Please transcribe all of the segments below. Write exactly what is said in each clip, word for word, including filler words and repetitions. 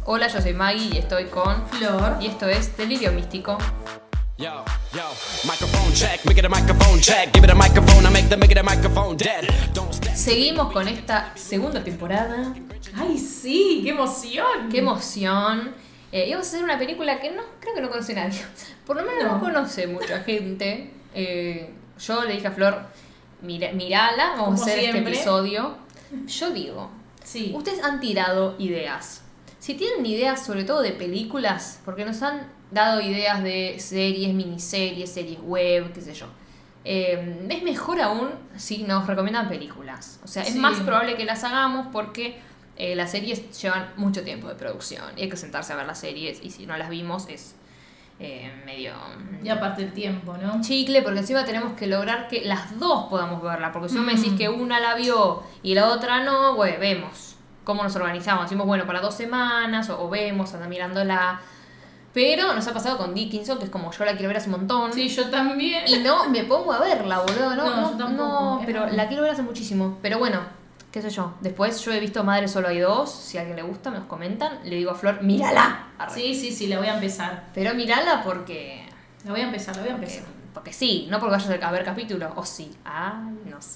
Hola, yo soy Maggie y estoy con Flor. Y esto es Delirio Místico. Yo, yo, microphone check, make it a microphone check, give it a microphone, I make the make it a microphone dead. Don't step. Seguimos con esta segunda temporada. ¡Ay, sí! ¡Qué emoción! ¡Qué emoción! Eh, íbamos a hacer una película que no creo que no conoce nadie. Por lo menos no, No. conoce mucha gente. Eh, yo le dije a Flor, mira, mirala, vamos Como a hacer siempre. este episodio. Yo digo, Sí. ustedes han tirado ideas. Si tienen ideas sobre todo de películas, porque nos han dado ideas de series, miniseries, series web, qué sé yo. Eh, es mejor aún si nos recomiendan películas. O sea, es Sí. más probable que las hagamos porque eh, las series llevan mucho tiempo de producción. Y hay que sentarse a ver las series y si no las vimos es eh, medio Y aparte el tiempo, ¿no? chicle, porque encima tenemos que lograr que las dos podamos verla. Porque si vos me Mm. decís que una la vio y la otra no, bueno, vemos cómo nos organizamos. Decimos, bueno, para dos semanas o, o vemos, anda mirándola. Pero nos ha pasado con Dickinson, que es como yo la quiero ver hace un montón. Sí, yo también. Y no me pongo a verla, boludo. No, No, no, yo tampoco, no, es pero verdad. la quiero ver hace muchísimo. Pero bueno, qué sé yo. Después yo he visto Madre Solo Hay Dos. Si a alguien le gusta, me los comentan. Le digo a Flor, mírala. Arre. Sí, sí, sí, la voy a empezar. Pero mírala porque... La voy a empezar, la voy a Porque, empezar. porque sí, no porque vayas a ver capítulos. O sí. Ah, no sé.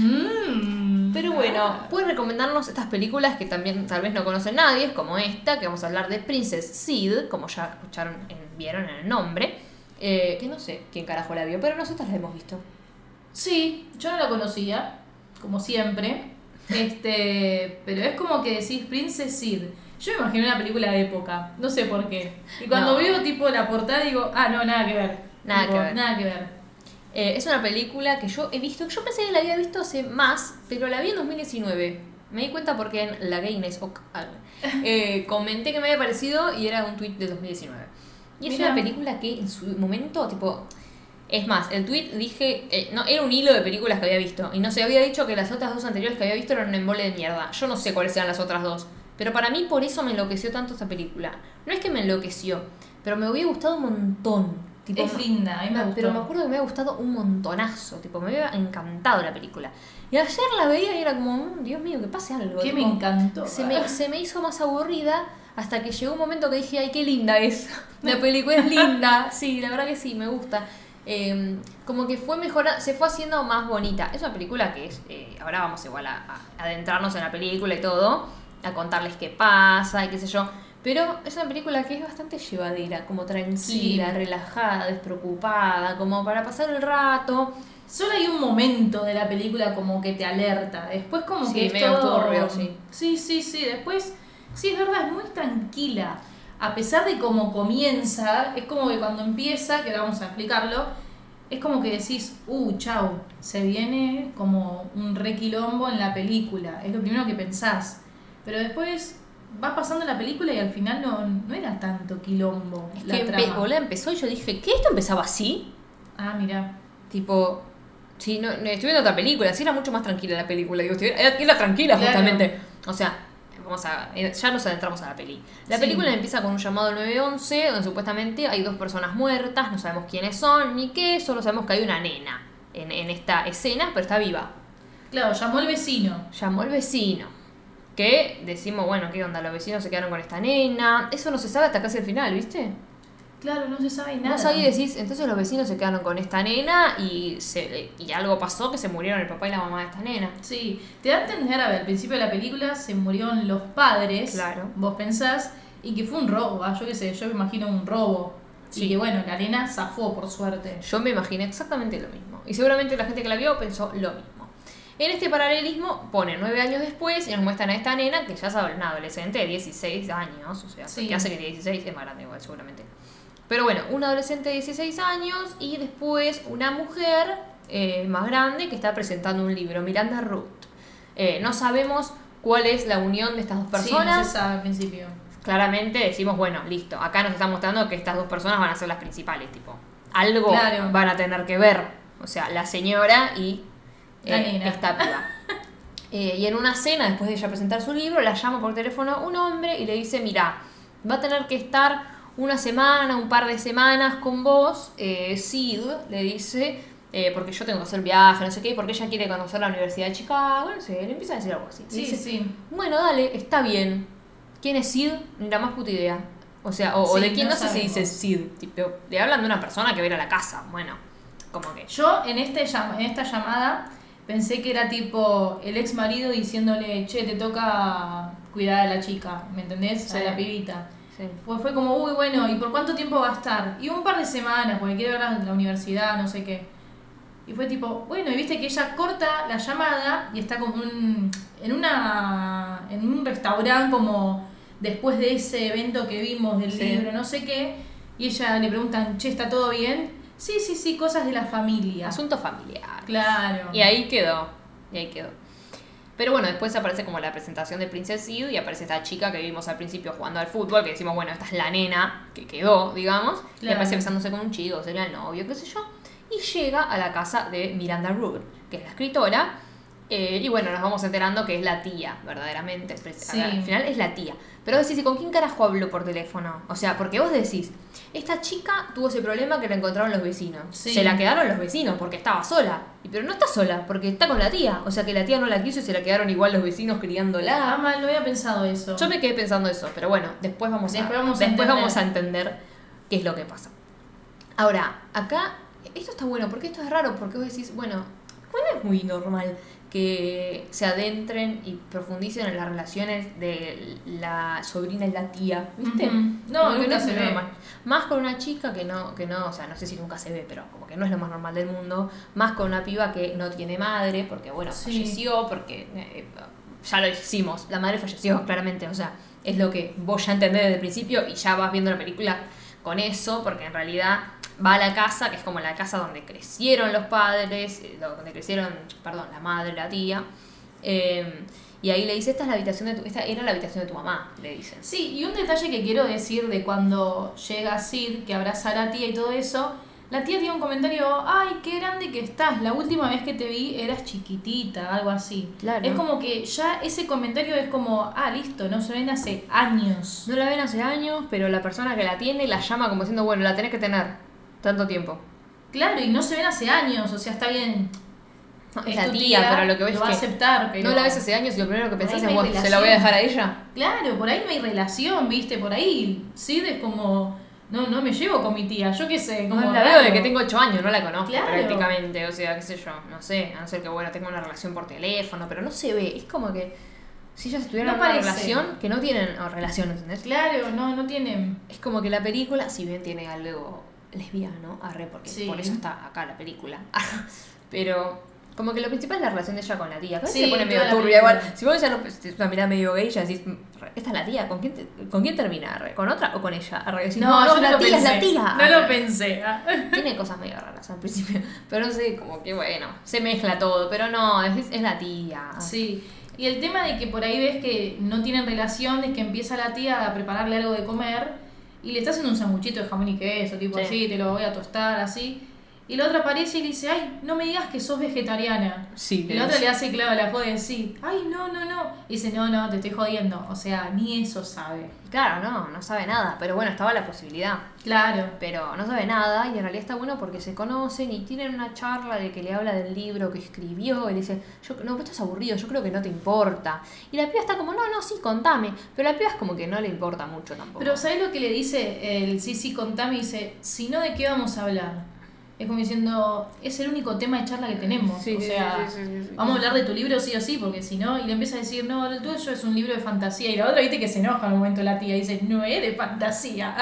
Mm. Pero bueno, Ah. pueden recomendarnos estas películas que también tal vez no conoce nadie, como esta, que vamos a hablar de Princess Sid, como ya escucharon, en- vieron en el nombre. Eh, que no sé quién carajo la vio, pero nosotras la hemos visto. Sí, yo no la conocía, como siempre. Este, pero es como que decís Princess Sid. Yo me imaginé una película de época, no sé por qué. Y cuando No. veo tipo la portada digo, ah, no, nada que ver. Nada Tipo, que ver. Nada que ver. Eh, es una película que yo he visto, yo pensé que la había visto hace más, pero la vi en dos mil diecinueve. Me di cuenta porque en la Gaines Oc- ah, eh, comenté que me había parecido y era un tweet de dos mil diecinueve. Y es Mirá. una película que en su momento, tipo... Es más, el tweet dije... eh, no, era un hilo de películas que había visto. Y no sé, había dicho que las otras dos anteriores que había visto eran un embole de mierda. Yo no sé cuáles eran las otras dos. Pero para mí por eso me enloqueció tanto esta película. No es que me enloqueció, pero me hubiera gustado un montón. Tipo, Es linda, a mí me Ah, gustó. pero me acuerdo que me había gustado un montonazo, tipo, me había encantado la película. Y ayer la veía y era como, "Mm, Dios mío, que pase algo. Que tipo, me encantó. Se me, se me hizo más aburrida hasta que llegó un momento que dije, ay, qué linda es. La película es linda. Sí, la verdad que sí, me gusta. Eh, como que fue mejora, se fue haciendo más bonita. Es una película que es, eh, ahora vamos igual a, a adentrarnos en la película y todo, a contarles qué pasa y qué sé yo. Pero es una película que es bastante llevadera, como tranquila, Sí. relajada, despreocupada, como para pasar el rato. Solo hay un momento de la película como que te alerta. Después como Sí, que es medio todo... turbio, sí. Sí, sí, sí. Después, sí, es verdad, es muy tranquila. A pesar de cómo comienza, es como que cuando empieza, que ahora vamos a explicarlo, es como que decís, uh, chau, se viene como un requilombo en la película. Es lo primero que pensás. Pero después vas pasando la película y al final no, no era tanto quilombo Es la que trama. empe- boluda, empezó y yo dije, ¿qué? ¿Esto empezaba así? Ah, mira. Tipo, sí, no, no, estoy viendo otra película, sí era mucho más tranquila la película, digo, estoy, era, era tranquila Claro. justamente. O sea, vamos a, eh, ya nos adentramos a la peli. La Sí. película empieza con un llamado al nueve once, donde supuestamente hay dos personas muertas, no sabemos quiénes son ni qué, solo sabemos que hay una nena en, en esta escena, pero está viva. Claro, llamó el vecino. Llamó el vecino, que decimos, bueno, ¿qué onda? Los vecinos se quedaron con esta nena. Eso no se sabe hasta casi el final, ¿viste? Claro, no se sabe nada. Vos ahí decís, entonces los vecinos se quedaron con esta nena y, se, y algo pasó que se murieron el papá y la mamá de esta nena. Sí, te da a entender, a ver, al principio de la película se murieron los padres, Claro. vos pensás, y que fue un robo, ah, yo qué sé, yo me imagino un robo. Sí. Y que bueno, la nena zafó por suerte. Yo me imaginé exactamente lo mismo. Y seguramente la gente que la vio pensó lo mismo. En este paralelismo pone nueve años después y nos muestran a esta nena que ya es una adolescente de dieciséis años. O sea, Sí. que hace que tiene dieciséis, es más grande igual seguramente. Pero bueno, una adolescente de dieciséis años y después una mujer eh, más grande que está presentando un libro, Miranda Ruth. Eh, no sabemos cuál es la unión de estas dos personas. Sí, no se sabe al principio. Claramente decimos, bueno, listo, acá nos está mostrando que estas dos personas van a ser las principales, tipo, algo Claro. van a tener que ver, o sea, la señora y La eh, nena. esta piba. Eh, y en una cena, después de ella presentar su libro, la llama por teléfono un hombre y le dice, mira, va a tener que estar una semana, un par de semanas con vos, eh, Sid, le dice, eh, porque yo tengo que hacer viaje, no sé qué, porque ella quiere conocer la Universidad de Chicago, no sé, le empieza a decir algo así. Le Sí, dice, sí. bueno, dale, está bien. ¿quién es Sid? Ni la más puta idea. O sea, o, Sí, o de quién no no, sé si sabemos. dice Sid. Tipo, le hablan de una persona que va a ir a la casa. Bueno, como que. Yo en, este, llam- en esta llamada pensé que era tipo el ex marido diciéndole, che, te toca cuidar a la chica, ¿me entendés? Sí. A la pibita. Sí. Pues fue como, uy, bueno, ¿y por cuánto tiempo va a estar? Y un par de semanas, porque quiere ver la, la universidad, no sé qué. Y fue tipo, bueno, y viste que ella corta la llamada y está como un, en una en un restaurante como después de ese evento que vimos del Sí. libro, no sé qué, y ella le preguntan, che, ¿está todo bien? Sí, sí, sí, cosas de la familia. Asunto familiar. Claro. Y ahí quedó. Y ahí quedó. Pero bueno, después aparece como la presentación de Princess Sid y aparece esta chica que vimos al principio jugando al fútbol, que decimos, bueno, esta es la nena que quedó, digamos. Y Claro. aparece besándose con un chico, sería el novio, qué sé yo. Y llega a la casa de Miranda Root, que es la escritora. eh, y bueno, nos vamos enterando que es la tía, verdaderamente. Sí. Al final es la tía. Pero vos decís, ¿y con quién carajo habló por teléfono? O sea, porque vos decís, esta chica tuvo ese problema que la encontraron los vecinos. Sí. Se la quedaron los vecinos porque estaba sola. Y pero no está sola, porque está con la tía. O sea que la tía no la quiso y se la quedaron igual los vecinos criándola. Ah, mal, no había pensado eso. Yo me quedé pensando eso, pero bueno, después vamos a, Después vamos a después entender. vamos a entender qué es lo que pasa. Ahora, acá, esto está bueno, porque esto es raro, porque vos decís, bueno, no es muy normal que se adentren y profundicen en las relaciones de la sobrina y la tía, ¿viste? Ujú. No, Como que nunca es se muy ve. normal. Más con una chica que no, que no, o sea, no sé si nunca se ve, pero como que no es lo más normal del mundo. Más con una piba que no tiene madre, porque bueno, Sí. falleció, porque eh, ya lo hicimos, la madre falleció, claramente, o sea, es lo que vos ya entendés desde el principio y ya vas viendo la película con eso, porque en realidad va a la casa, que es como la casa donde crecieron los padres, eh, donde crecieron, perdón, la madre, la tía, eh, y ahí le dice, esta es la habitación de tu, esta era la habitación de tu mamá, le dicen. Sí, y un detalle que quiero decir de cuando llega Sid, que abraza a la tía y todo eso, la tía tiene un comentario, ay, qué grande que estás, la última vez que te vi eras chiquitita, algo así. Claro. Es como que ya ese comentario es como, ah, listo, no se ven hace años. No la ven hace años, pero la persona que la tiene la llama como diciendo, bueno, la tenés que tener tanto tiempo. Claro, y no se ven hace años, o sea, está bien. No, es es la tu tía, pero lo que ves lo es va que a aceptar, pero... no la ves hace años y lo primero que Por ahí pensás no es, hay bueno, ¿se la voy a relación. dejar a ella? Claro, por ahí no hay relación, viste, por ahí Sid es como, no, no me llevo con mi tía, yo qué sé, como No, la raro. veo de que tengo ocho años, no la conozco Claro. prácticamente, o sea, qué sé yo, no sé, a no ser que, bueno, tenga una relación por teléfono, pero no se ve, es como que si ellas estuvieran No en una parece. relación, que no tienen oh, relación, ¿entendés? Claro, no, no tienen... Es como que la película, si bien tiene algo lesbiano, arre, porque Sí. por eso está acá la película, pero como que lo principal es la relación de ella con la tía, que a veces Sí, se pone toda medio la turbia igual, película. si vos ya lo, la mirás medio gay, ya decís, esta es la tía, ¿con quién, te- ¿con quién termina? Arre? ¿Con otra o con ella? Arre, decís, no, no, yo la lo tía es la pensé, tía. No Arre. lo pensé. ah. Tiene cosas medio raras al principio, pero no sé, como que bueno, se mezcla todo, pero no, es, es la tía. Sí, y el tema de que por ahí ves que no tienen relación, es que empieza la tía a prepararle algo de comer y le está haciendo un sanguchito de jamón y queso, tipo Sí. así, te lo voy a tostar, así. Y la otra aparece y le dice, ay, no me digas que sos vegetariana. Sí, Y la otra le hace, claro, la puede decir, ay, no, no, no. Y dice, no, no, te estoy jodiendo. O sea, ni eso sabe. Claro, no, no sabe nada, pero bueno, estaba la posibilidad. Claro. Pero no sabe nada y en realidad está bueno porque se conocen y tienen una charla de que le habla del libro que escribió y le dice, yo, no, pero esto es aburrido, yo creo que no te importa. Y la piba está como, no, no, sí, contame. Pero la piba es como que no le importa mucho tampoco. Pero ¿sabes lo que le dice el sí, sí, contame? Dice, si no, ¿de qué vamos a hablar? Es como diciendo, es el único tema de charla que tenemos. Sí, o sí, sea, sí, sí, sí, sí. vamos a hablar de tu libro sí o sí, porque si no, y le empieza a decir, no, el tuyo es un libro de fantasía. Y la otra, viste que se enoja en un momento la tía y dice, no es de fantasía.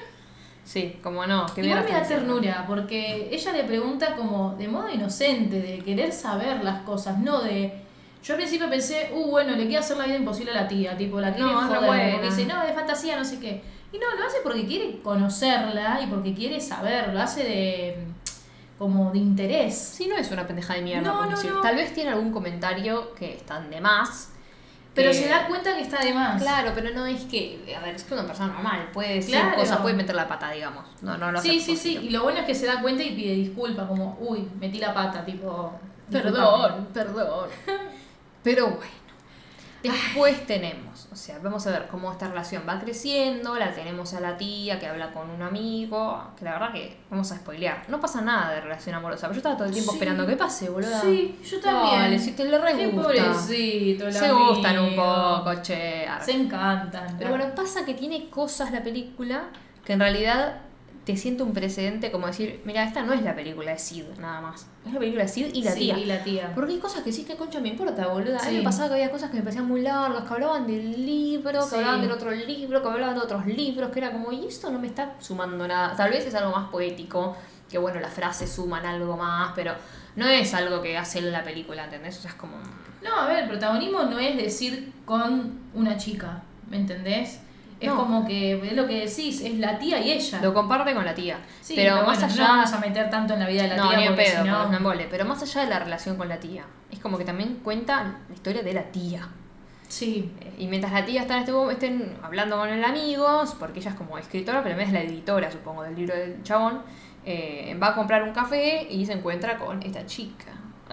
Sí, como no, que Igual me da fantasía. ternura, porque ella le pregunta como de modo inocente, de querer saber las cosas, no de... Yo al principio pensé, uh, bueno, le quiere hacer la vida imposible a la tía, tipo, la quiere No, es re joder, buena. porque dice, no, de fantasía, no sé qué. Y no, lo hace porque quiere conocerla y porque quiere saber, lo hace de... como de interés. Sí, no es una pendeja de mierda. No, por no, decir. no. Tal vez tiene algún comentario que están de más. Pero que- se da cuenta que está de más. Claro, pero no es que, a ver, es que una persona normal, puede decir Claro. cosas, puede meter la pata, digamos. No, no lo hace Sí, a sí, sí. propósito. Y lo bueno es que se da cuenta y pide disculpas, como, uy, metí la pata, tipo... Perdón, perdón. Pero bueno. Después tenemos, o sea, vamos a ver cómo esta relación va creciendo, la tenemos a la tía que habla con un amigo, que la verdad que vamos a spoilear, no pasa nada de relación amorosa, pero yo estaba todo el tiempo Sí. esperando que pase, boludo. Sí, yo también. Dale, si te le re Qué gusta. pobrecito, el Se gustan un amigo. poco, che. arre. Se encantan. Pero bueno, pasa que tiene cosas la película que en realidad te siente un precedente como decir, mira, esta no es la película de Sid, nada más. Es la película de Sid y la Sí, tía. y la tía. Porque hay cosas que sí, que concha me importa, boluda. A mí Sí. me pasaba que había cosas que me parecían muy largas, que hablaban del libro, que Sí. hablaban del otro libro, que hablaban de otros libros, que era como, y esto no me está sumando nada. Tal vez es algo más poético, que bueno, las frases suman algo más, pero no es algo que hace la película, ¿entendés? O sea, es como... No, a ver, el protagonismo no es decir con una chica, ¿me entendés? Es No. como que, es lo que decís, es la tía y ella. Lo comparte con la tía. Sí, pero, pero más bueno, allá... no vamos a meter tanto en la vida de la no, tía ni en porque pedo, si no... porque es un embole. Pero más allá de la relación con la tía, es como que también cuenta la historia de la tía. Sí. Eh, Y mientras la tía está en este mo- estén hablando con el amigo, porque ella es como escritora, pero también es la editora, supongo, del libro del chabón, eh, va a comprar un café y se encuentra con esta chica. Ah,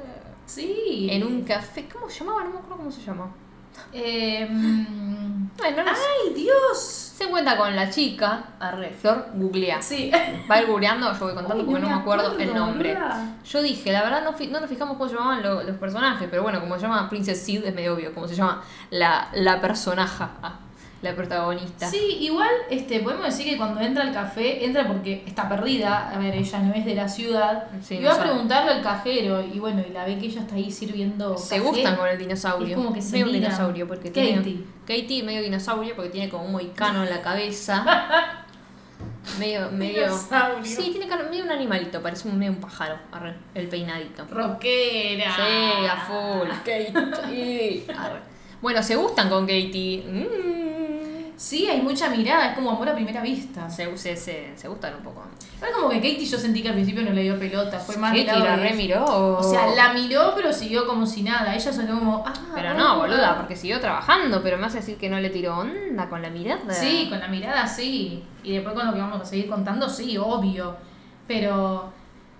Sí. en un café, ¿cómo se llamaba? No me acuerdo cómo se llama. Eh, mm, Bueno, no sé. ¡Ay, Dios! Se encuentra con la chica, arre, Flor, googlea. Sí. Va a ir googleando, yo voy contando Ay, porque no me acuerdo el nombre. boluda. Yo dije, la verdad no, fi- no nos fijamos cómo se llamaban lo- los personajes, pero bueno, como se llama Princess Sid es medio obvio, como se llama la, la personaja, ah, la protagonista. Sí, igual este, podemos decir que cuando entra al café, entra porque está perdida. A ver, ella no es de la ciudad. Sí, y no va a sabe. preguntarle al cajero. Y bueno, y la ve que ella está ahí sirviendo. Se café. gustan con el dinosaurio. Es como que se medio un miran. dinosaurio porque Katie. tiene Katie medio dinosaurio porque tiene como un moicano en la cabeza. medio medio Dinosaurio. Sí, tiene cara- medio un animalito, parece un medio un pájaro, arre, el peinadito. Rockera. Sí, a full. Katie. Arre. Bueno, se gustan con Katie. Mm. Sí, hay mucha mirada, es como amor a primera vista. Se, se, se, se gustan un poco. Es como que Katie yo sentí que al principio no le dio pelota, fue más del Katie lado la de- re miró. O sea, la miró pero siguió como si nada. Ella se quedó como, ah, Pero ah, no, ah. boluda, porque siguió trabajando, pero me hace decir que no le tiró onda con la mirada. Sí, con la mirada sí. Y después con lo que vamos a seguir contando, sí, obvio. Pero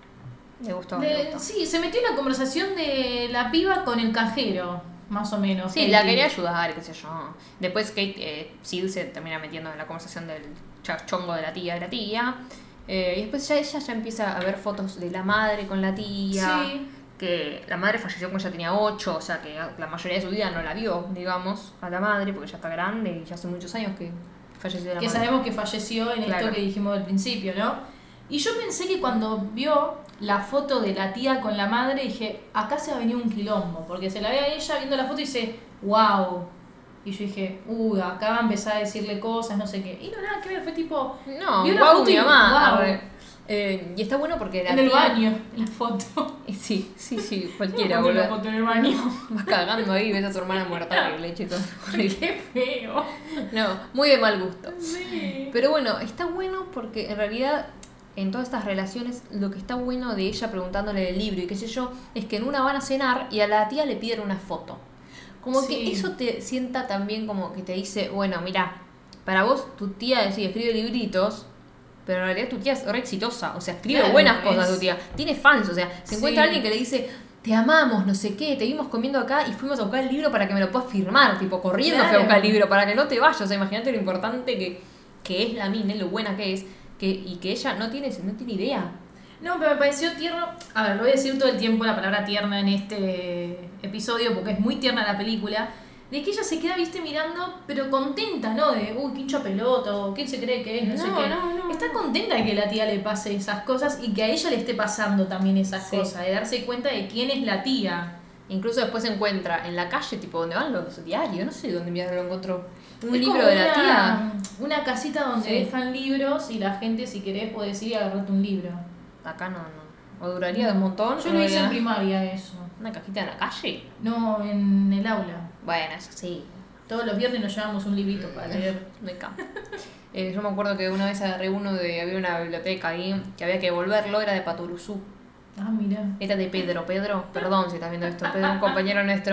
Le gustó, de- le gustó. sí, se metió en la conversación de la piba con el cajero, más o menos. Sí, Katie. la quería ayudar, qué sé yo. Después Kate, eh, Sid se termina metiendo en la conversación del chongo de la tía de la tía. Eh, y después ya ella ya empieza a ver fotos de la madre con la tía. Sí. Que la madre falleció cuando ella tenía ocho, o sea que la mayoría de su vida no la vio, digamos, a la madre, porque ya está grande y ya hace muchos años que falleció la Que madre. sabemos que falleció en Claro. esto que dijimos al principio, ¿no? Y yo pensé que cuando vio la foto de la tía con la madre, dije, acá se va a venir un quilombo, porque se la ve a ella viendo la foto y dice, wow. Y yo dije, uy, acá va a empezar a decirle cosas, no sé qué. Y no, nada que ver, fue tipo, No, vi una guau, foto mi y mamá. guau. arre. Eh, y está bueno porque la en el tía- baño, en la foto. Eh, Sí, sí, sí, cualquiera, Ponte la boludo. foto en el baño. Vas cagando ahí y ves a tu hermana muerta horrible, chicos. Horrible. Qué feo. No, muy de mal gusto. Sí. Pero bueno, está bueno porque en realidad en todas estas relaciones lo que está bueno de ella preguntándole del libro y qué sé yo, es que en una van a cenar y a la tía le piden una foto. Como que Sí. eso te sienta también como que te dice, bueno, mira, para vos tu tía sí, escribe libritos, pero en realidad tu tía es re exitosa, o sea, escribe Claro, buenas cosas es- tu tía, tiene fans, o sea, se encuentra Sí. alguien que le dice, te amamos, no sé qué, te vimos comiendo acá y fuimos a buscar el libro para que me lo puedas firmar, tipo, corriendo fui a Claro. buscar el libro para que no te vayas, o sea, imagínate lo importante que, que es la mina, lo buena que es, que, y que ella no tiene, no tiene idea. No, pero me pareció tierno. A ver, lo voy a decir todo el tiempo la palabra tierna en este episodio porque es muy tierna la película. De que ella se queda, viste, mirando, pero contenta, ¿no? De, uy, qué hincha pelota, o quién se cree que es, no, sé No, qué. no, no, Está no. contenta de que la tía le pase esas cosas y que a ella le esté pasando también esas Sí. cosas, de darse cuenta de quién es la tía. Incluso después se encuentra en la calle, tipo, donde van los diarios, no sé dónde mierda lo encontró. Un Es libro como de la una- tía. Una casita donde Sí. dejan libros y la gente, si querés, podés ir y agarrarte un libro. Acá no, no. O duraría de un montón. Yo o lo no hice en haría- primaria eso. ¿Una cajita en la calle? No, en el aula. Bueno, eso sí. Todos los viernes nos llevamos un librito para leer. Me encanta. Eh, yo me acuerdo que una vez agarré uno de. Había una biblioteca ahí que había que devolverlo, era de Patoruzú. Ah, mira. Era de Pedro. Pedro, perdón si estás viendo esto, Pedro, un compañero nuestro.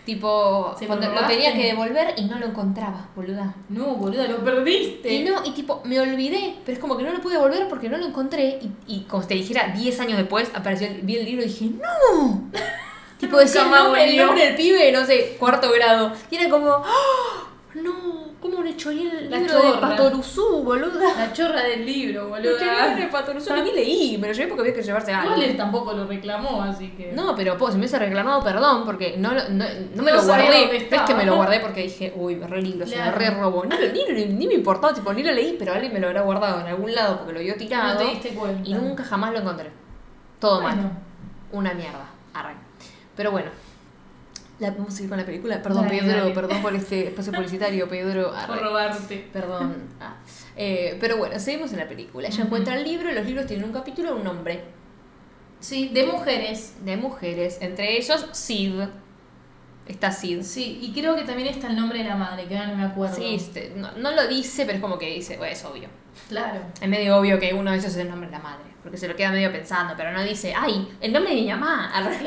Tipo, ¿Se lo cuando lo, robaste? tenía que devolver y no lo encontraba, boluda. No, boluda, lo perdiste. Y no, y tipo, me olvidé, pero es como que no lo pude devolver porque no lo encontré. Y, y como si te dijera, diez años después apareció, el- vi el libro y dije, ¡no! Tipo, decía el Nunca más nombre, el volvió. nombre del pibe, no sé, cuarto grado. Y era como, ¡oh! No, ¿cómo le chorí el La libro de chorra. Patoruzú, boluda? La chorra del libro, Le chorí el libro boluda. de Patoruzú, que ni leí, me lo llevé porque había que llevarse algo. Igual él tampoco lo reclamó, así que... No, pero po, si me hubiese reclamado perdón, porque no, lo- no, no me No lo sabía guardé. dónde Es estaba. que me lo guardé porque dije, uy, me re libro, se me Claro. re robó. Ni, lo- ni, ni, ni me importaba, tipo, ni lo leí, pero alguien me lo habrá guardado en algún lado porque lo vio tirado. No te diste cuenta. Y nunca jamás lo encontré. Todo Bueno. mal. Una mierda. Arre. Pero bueno. La, vamos a ir con la película. Perdón, Dale, Pedro, dale. perdón por este espacio publicitario, Pedro. Arre. Por robarte. Perdón. Ah. Eh, pero bueno, seguimos en la película. Ella Ujú. encuentra el libro y los libros tienen un capítulo, un nombre. Sí, de mujeres. De mujeres, entre ellos Sid. Está Sid. Sí, y creo que también está el nombre de la madre, que ahora no me acuerdo. Sí, este, no, no lo dice, pero es como que dice, bueno, es obvio. Claro. Es medio obvio que uno de esos es el nombre de la madre, porque se lo queda medio pensando, pero no dice, ay, el nombre de mi mamá.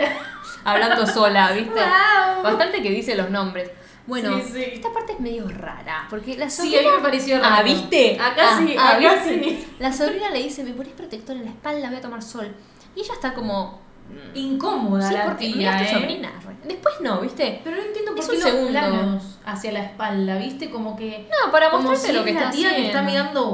Hablando sola, ¿viste? Wow. Bastante que dice los nombres. Bueno, Sí, sí. esta parte es medio rara, porque la Sí, sobrina... a mí me pareció raro. Ah, ¿viste? Acá Ah, sí, ah, acá ¿viste? sí. La sobrina le dice, me pones protector en la espalda, voy a tomar sol. Y ella está como... mm, Incómoda sí, la porque tía, mira, es tu ¿eh? sobrina. Después no, ¿viste? Pero no entiendo por Es qué un los segundo. planos hacia la espalda, ¿viste? Como que... No, para como mostrarte si lo es que la está tía haciendo. que está mirando,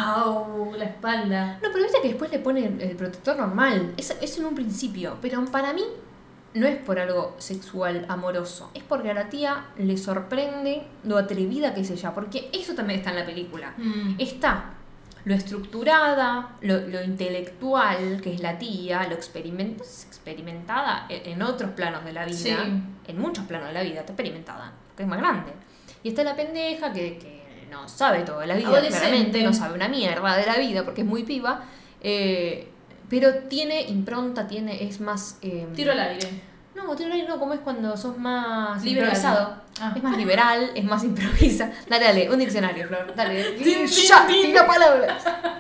wow, la espalda. No, pero viste que después le pone el, el protector normal. Es, es en un principio. Pero para mí no es por algo sexual, amoroso. Es porque a la tía le sorprende lo atrevida que es ella. Porque eso también está en la película. Mm. Está lo estructurada, lo, lo intelectual, que es la tía, lo experiment- experimentada en en otros planos de la vida. Sí. En muchos planos de la vida está experimentada. Porque es más grande. Y está la pendeja que, que no sabe todo de la vida, Adolescente. claramente. No sabe una mierda de la vida porque es muy piba. Eh, pero tiene impronta, tiene, es más... eh, Tiro al aire. no, tiro al aire no, como es cuando sos más Liberal. improvisado. Ah. Es más liberal, es más improvisa. Dale, dale, un diccionario, Flor. Dale. Tin, Ya, tin, tin. tira palabras.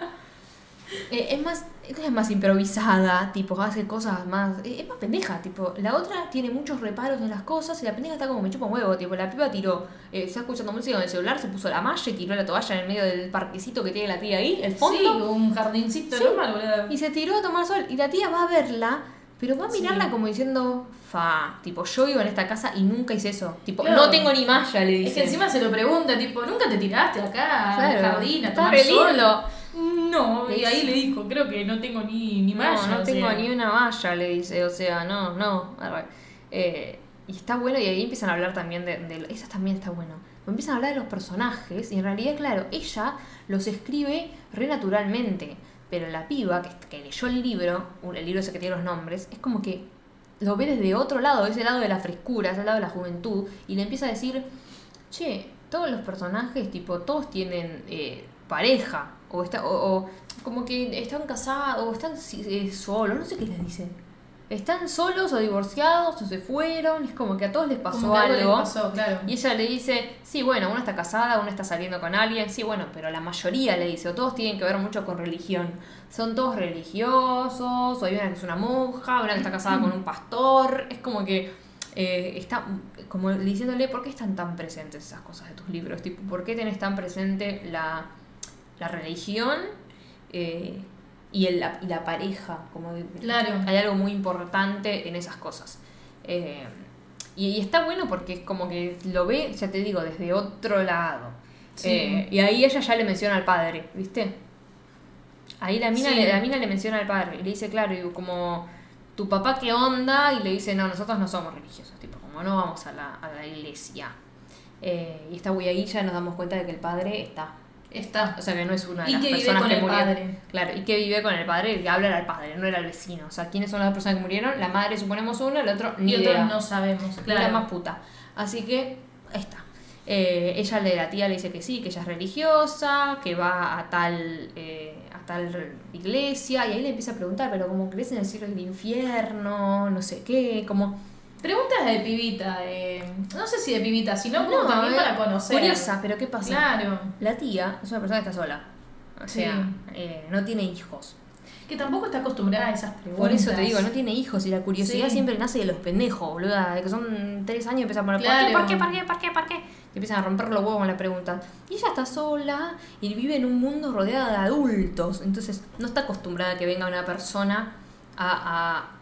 Eh, es más, es más improvisada, tipo, hace cosas más. eh, Es más pendeja, tipo. La otra tiene muchos reparos en las cosas y la pendeja está como me chupa un huevo, tipo. La piba tiró, eh, está escuchando música en el celular, se puso la malla y tiró la toalla en el medio del parquecito que tiene la tía ahí, el fondo. Sí, un jardincito Sí. normal, boludo. Y se tiró a tomar sol. Y la tía va a verla, pero va a mirarla Sí. como diciendo, fa, tipo, yo vivo en esta casa y nunca hice eso. Tipo, Claro. no tengo ni malla, le dice. Es que encima se lo pregunta, tipo, ¿nunca te tiraste acá al Claro. jardín a Está tomar re sol? lindo. No, y Le ahí dice- le dijo, creo que no tengo ni, ni malla. No, no o tengo sea. ni una malla, le dice. O sea, no, no. Arre. Eh, y está bueno, y ahí empiezan a hablar también de, de. Eso también está bueno. Empiezan a hablar de los personajes, y en realidad, claro, ella los escribe re naturalmente. Pero la piba que, que leyó el libro, un- el libro ese que tiene los nombres, es como que lo ve desde otro lado, ese lado de la frescura, ese lado de la juventud, y le empieza a decir, che, todos los personajes, tipo, todos tienen eh, pareja, o, está, o, o como que están casados, o están eh, solos, no sé qué les dice. Están solos o divorciados o se fueron, es como que a todos les pasó Como que algo algo. les pasó, claro. Y ella le dice, sí, bueno, una está casada, una está saliendo con alguien, sí, bueno, pero la mayoría le dice, o todos tienen que ver mucho con religión. Son todos religiosos, o hay una que es una monja, una que está casada con un pastor, es como que eh, está como diciéndole, ¿por qué están tan presentes esas cosas de tus libros? Tipo, ¿por qué tenés tan presente la, la religión eh, y, el, la, y la pareja? Como de- Claro. hay algo muy importante en esas cosas. Eh, y, y está bueno porque es como que lo ve, ya te digo, desde otro lado. Sí. Eh, y ahí ella ya le menciona al padre, ¿viste? Ahí la mina, Sí. le, la mina le menciona al padre y le dice, claro, y como, ¿tu papá qué onda? Y le dice, no, nosotros no somos religiosos, tipo, como no vamos a la, a la iglesia. Eh, y está y ahí ya nos damos cuenta de que el padre está. Está. O sea, que no es una de Y las que vive personas con que el murieron. padre. Claro, y que vive con el padre, que habla al padre, no era el vecino. O sea, ¿quiénes son las dos personas que murieron? La madre suponemos uno, el otro ni Y idea. otros no sabemos, Ni la claro. más puta. Así que, ahí está. Eh, ella, le, la tía le dice que sí, que ella es religiosa, que va a tal, eh, a tal iglesia, y ahí le empieza a preguntar, pero como crees en el cielo y el infierno, no sé qué, como... Preguntas de pibita, de... no sé si de pibita, sino como No, también eh, para conocer. Curiosa, pero ¿qué pasa? Claro. La tía es una persona que está sola. O Sí. sea, eh, no tiene hijos. Que tampoco está acostumbrada a esas preguntas. Por eso te digo, no tiene hijos y la curiosidad Sí. siempre nace de los pendejos, boluda. De que son tres años y empiezan a poner Claro. ¿por qué, por qué, por qué, por qué? Y empiezan a romper los huevos con las preguntas. Y ella está sola y vive en un mundo rodeada de adultos. Entonces no está acostumbrada a que venga una persona a, a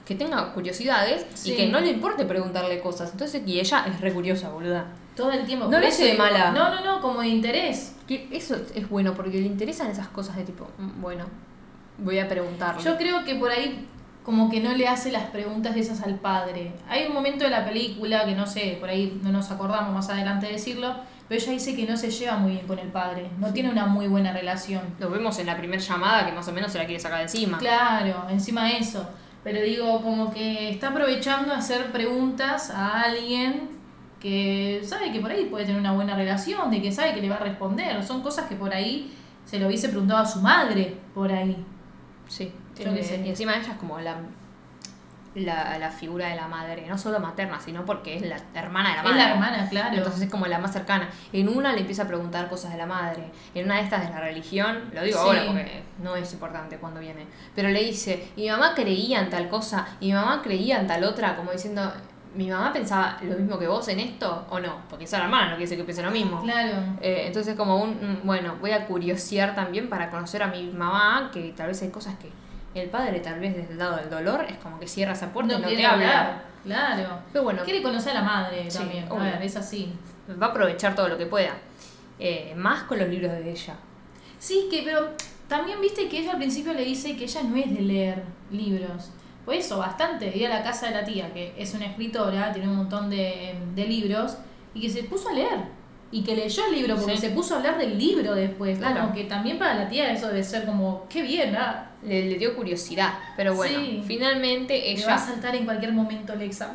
que tenga curiosidades Sí. y que no le importe preguntarle cosas. Entonces, y ella es re curiosa, boluda. Todo el tiempo. No Por lo eso hace de digo, mala. No, no, no, como de interés. Que eso es bueno porque le interesan esas cosas de tipo, mm, bueno, voy a preguntarle. Yo creo que por ahí como que no le hace las preguntas de esas al padre. Hay un momento de la película que no sé, por ahí no nos acordamos más adelante de decirlo, pero ella dice que no se lleva muy bien con el padre, no tiene una muy buena relación. Lo vemos en la primera llamada que más o menos se la quiere sacar de encima. Claro, encima de eso. Pero digo, como que está aprovechando a hacer preguntas a alguien que sabe que por ahí puede tener una buena relación, de que sabe que le va a responder. Son cosas que por ahí se lo hubiese preguntado a su madre, por ahí. Sí, Yo eh, qué sé. y encima ella es como la, la, la figura de la madre, no solo materna, sino porque es la hermana de la Es madre. la hermana, claro. Entonces es como la más cercana. En una le empieza a preguntar cosas de la madre. En una de estas de la religión, lo digo Sí. ahora porque no es importante cuando viene. Pero le dice, y mi mamá creía en tal cosa, y mi mamá creía en tal otra, como diciendo, ¿mi mamá pensaba lo mismo que vos en esto o no? Porque esa la hermana no quiere decir que piense lo mismo. Claro. Eh, entonces como un, un- bueno, voy a curiosear también para conocer a mi mamá, que tal vez hay cosas que el padre tal vez desde el lado del dolor es como que cierra esa puerta No y no quiere te habla. hablar, claro. Pero bueno, Quiere conocer a la madre Sí, también. A obvio. ver, es así. va a aprovechar todo lo que pueda. Eh, más con los libros de ella. Sí, que pero también viste que ella al principio le dice que ella no es de leer libros. Por eso, bastante. Ir a la casa de la tía, que es una escritora, tiene un montón de, de libros, y que se puso a leer. Y que leyó el libro, porque Sí. se puso a hablar del libro después. Claro. Como que también para la tía eso debe ser como, qué bien, ¿ah? Le, le dio curiosidad. Pero bueno, Sí. finalmente Me va a ella... saltar en cualquier momento Lexa.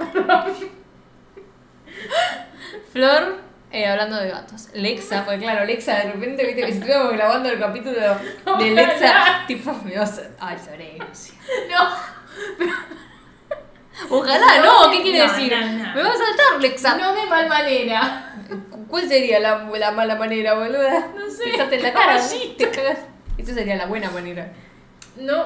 Flor, eh, hablando de gatos. Lexa, porque claro, Lexa de repente, viste, que si estuviéramos grabando el capítulo de Lexa, tipo, me vas a... Ay, sobre no, Ojalá, No, no, ¿qué quiere no, decir? no, no. Me va a saltar, Lexa. no de mal manera. ¿Cuál sería la, la mala manera, boluda? No sé, Pisate en la cara. caballito. Te cagas. Esa sería la buena manera. No.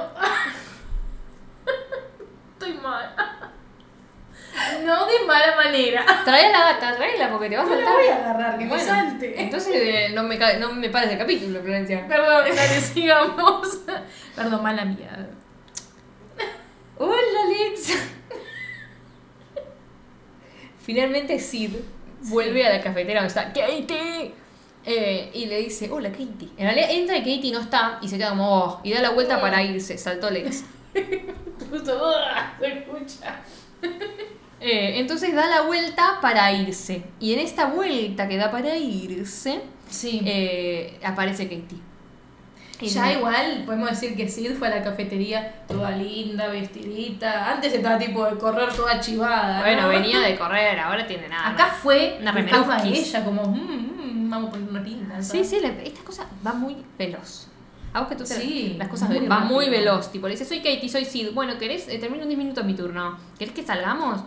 Estoy mal. No de mala manera. Trae a la gata, tráela porque te va a No la saltar. voy a agarrar, que me Bueno, salte. Entonces eh, no, me ca- no me pares el capítulo, Florencia. Perdón, dale, sigamos. Perdón, mala mía. Hola, Lexa. Finalmente Sid vuelve a la cafetera donde está Katie. Eh, y le dice, hola Katie. En realidad entra y Katie no está y se queda como, oh, y da la vuelta para irse. Saltó Lex. Justo, ¡ah! Se escucha. Eh, entonces da la vuelta para irse. Y en esta vuelta que da para irse, Sí. eh, aparece Katie. Y Ya le- igual podemos decir que Sid fue a la cafetería toda linda, vestidita. Antes estaba tipo de correr toda chivada. Bueno, ¿no? venía de correr, ahora tiene nada. Acá más. fue Una buscando a remerusquis. ella, como, mmm, vamos a ponernos lindas. Sí, sí, le- esta cosa va muy veloz. A vos que tú te- Sí, las cosas muy va rápido. muy veloz. Tipo, le dices, soy Katie, soy Sid. Bueno, ¿querés? Eh, termino en diez minutos mi turno. ¿Querés que salgamos?